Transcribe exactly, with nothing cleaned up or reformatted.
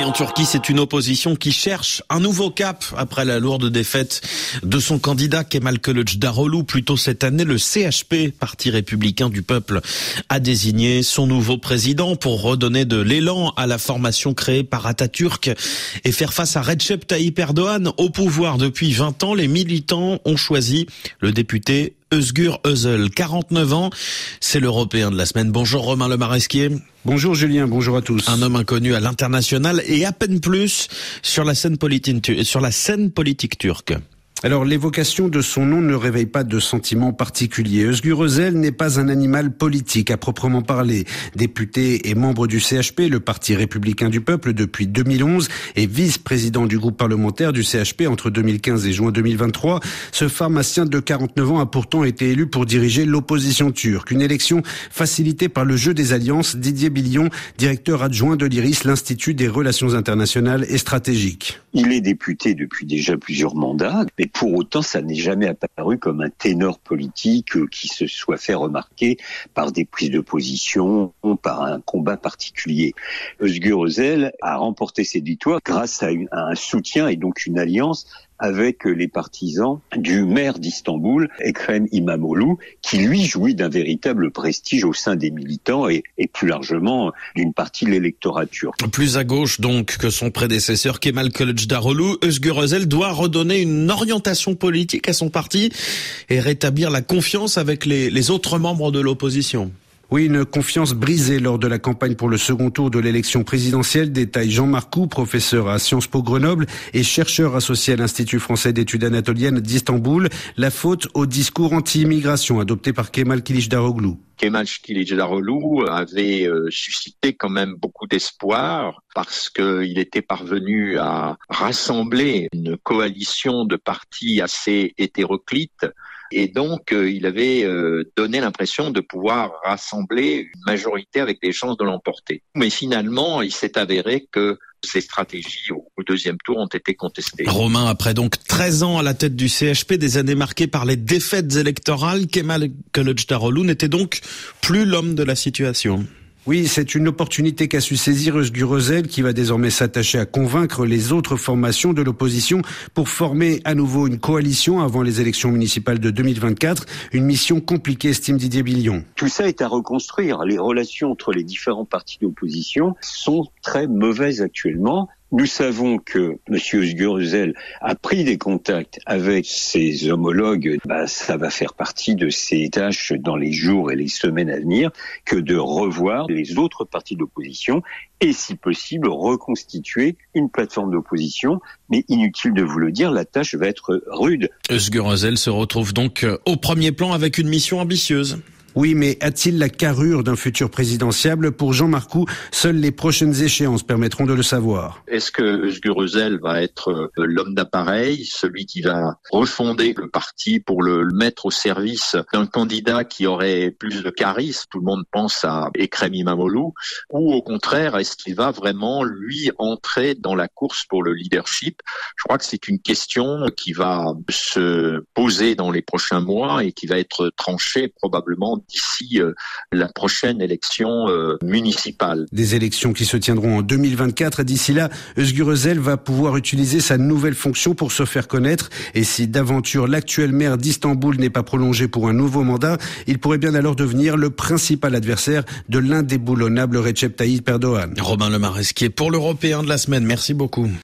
en Turquie, c'est une opposition qui cherche un nouveau cap après la lourde défaite de son candidat Kemal Kılıçdaroğlu. Plus tôt cette année, le C H P, Parti républicain du peuple, a désigné son nouveau président pour redonner de l'élan à la formation créée par Atatürk et faire face à Recep Tayyip Erdoğan au pouvoir depuis vingt ans. Les militants ont choisi le député Özgür Özel, quarante-neuf ans. C'est l'Européen de la semaine. Bonjour Romain Lemaresquier. Bonjour Julien, bonjour à tous. Un homme inconnu à l'international et à peine plus sur la scène politique, sur la scène politique turque. Alors, l'évocation de son nom ne réveille pas de sentiments particuliers. Özgür Özel n'est pas un animal politique à proprement parler. Député et membre du C H P, le Parti républicain du peuple, depuis deux mille onze, et vice-président du groupe parlementaire du C H P entre deux mille quinze et juin deux mille vingt-trois, ce pharmacien de quarante-neuf ans a pourtant été élu pour diriger l'opposition turque. Une élection facilitée par le jeu des alliances. Didier Billion, directeur adjoint de l'I R I S, l'Institut des relations internationales et stratégiques. Il est député depuis déjà plusieurs mandats, mais pour autant, ça n'est jamais apparu comme un ténor politique qui se soit fait remarquer par des prises de position, par un combat particulier. Özgür Özel a remporté cette victoire grâce à, une, à un soutien et donc une alliance avec les partisans du maire d'Istanbul, Ekrem İmamoğlu, qui lui jouit d'un véritable prestige au sein des militants et, et plus largement d'une partie de l'électorat turc. Plus à gauche donc que son prédécesseur Kemal Kılıçdaroğlu, Özgür Özel doit redonner une orientation politique à son parti et rétablir la confiance avec les, les autres membres de l'opposition. Oui, une confiance brisée lors de la campagne pour le second tour de l'élection présidentielle, détaille Jean Marcou, professeur à Sciences Po Grenoble et chercheur associé à l'Institut français d'études anatoliennes d'Istanbul. La faute au discours anti-immigration adopté par Kemal Kılıçdaroğlu. Kemal Kılıçdaroğlu avait euh, suscité quand même beaucoup d'espoir parce qu'il était parvenu à rassembler une coalition de partis assez hétéroclites. Et donc, euh, il avait euh, donné l'impression de pouvoir rassembler une majorité avec des chances de l'emporter. Mais finalement, il s'est avéré que ces stratégies au, au deuxième tour ont été contestées. Romain, après donc treize ans à la tête du C H P, des années marquées par les défaites électorales, Kemal Kılıçdaroğlu n'était donc plus l'homme de la situation. Oui, c'est une opportunité qu'a su saisir Özgür Özel qui va désormais s'attacher à convaincre les autres formations de l'opposition pour former à nouveau une coalition avant les élections municipales de deux mille vingt-quatre. Une mission compliquée, estime Didier Billion. Tout ça est à reconstruire. Les relations entre les différents partis d'opposition sont très mauvaises actuellement. Nous savons que M. Özgür Özel a pris des contacts avec ses homologues. Bah, ça va faire partie de ses tâches dans les jours et les semaines à venir que de revoir les autres partis d'opposition et, si possible, reconstituer une plateforme d'opposition. Mais inutile de vous le dire, la tâche va être rude. Özgür Özel se retrouve donc au premier plan avec une mission ambitieuse. Oui, mais a-t-il la carrure d'un futur présidentiable? Pour Jean Marcou, seules les prochaines échéances permettront de le savoir. Est-ce que Özgür Özel va être l'homme d'appareil, celui qui va refonder le parti pour le mettre au service d'un candidat qui aurait plus de charisme? Tout le monde pense à Ekrem İmamoğlu. Ou au contraire, est-ce qu'il va vraiment, lui, entrer dans la course pour le leadership? Je crois que c'est une question qui va se poser dans les prochains mois et qui va être tranchée probablement d'ici euh, la prochaine élection euh, municipale. Des élections qui se tiendront en deux mille vingt-quatre. D'ici là, Özgür Özel va pouvoir utiliser sa nouvelle fonction pour se faire connaître. Et si d'aventure l'actuel maire d'Istanbul n'est pas prolongé pour un nouveau mandat, il pourrait bien alors devenir le principal adversaire de l'indéboulonnable Recep Tayyip Erdoğan. Romain Lemaresquier pour l'Européen de la semaine. Merci beaucoup.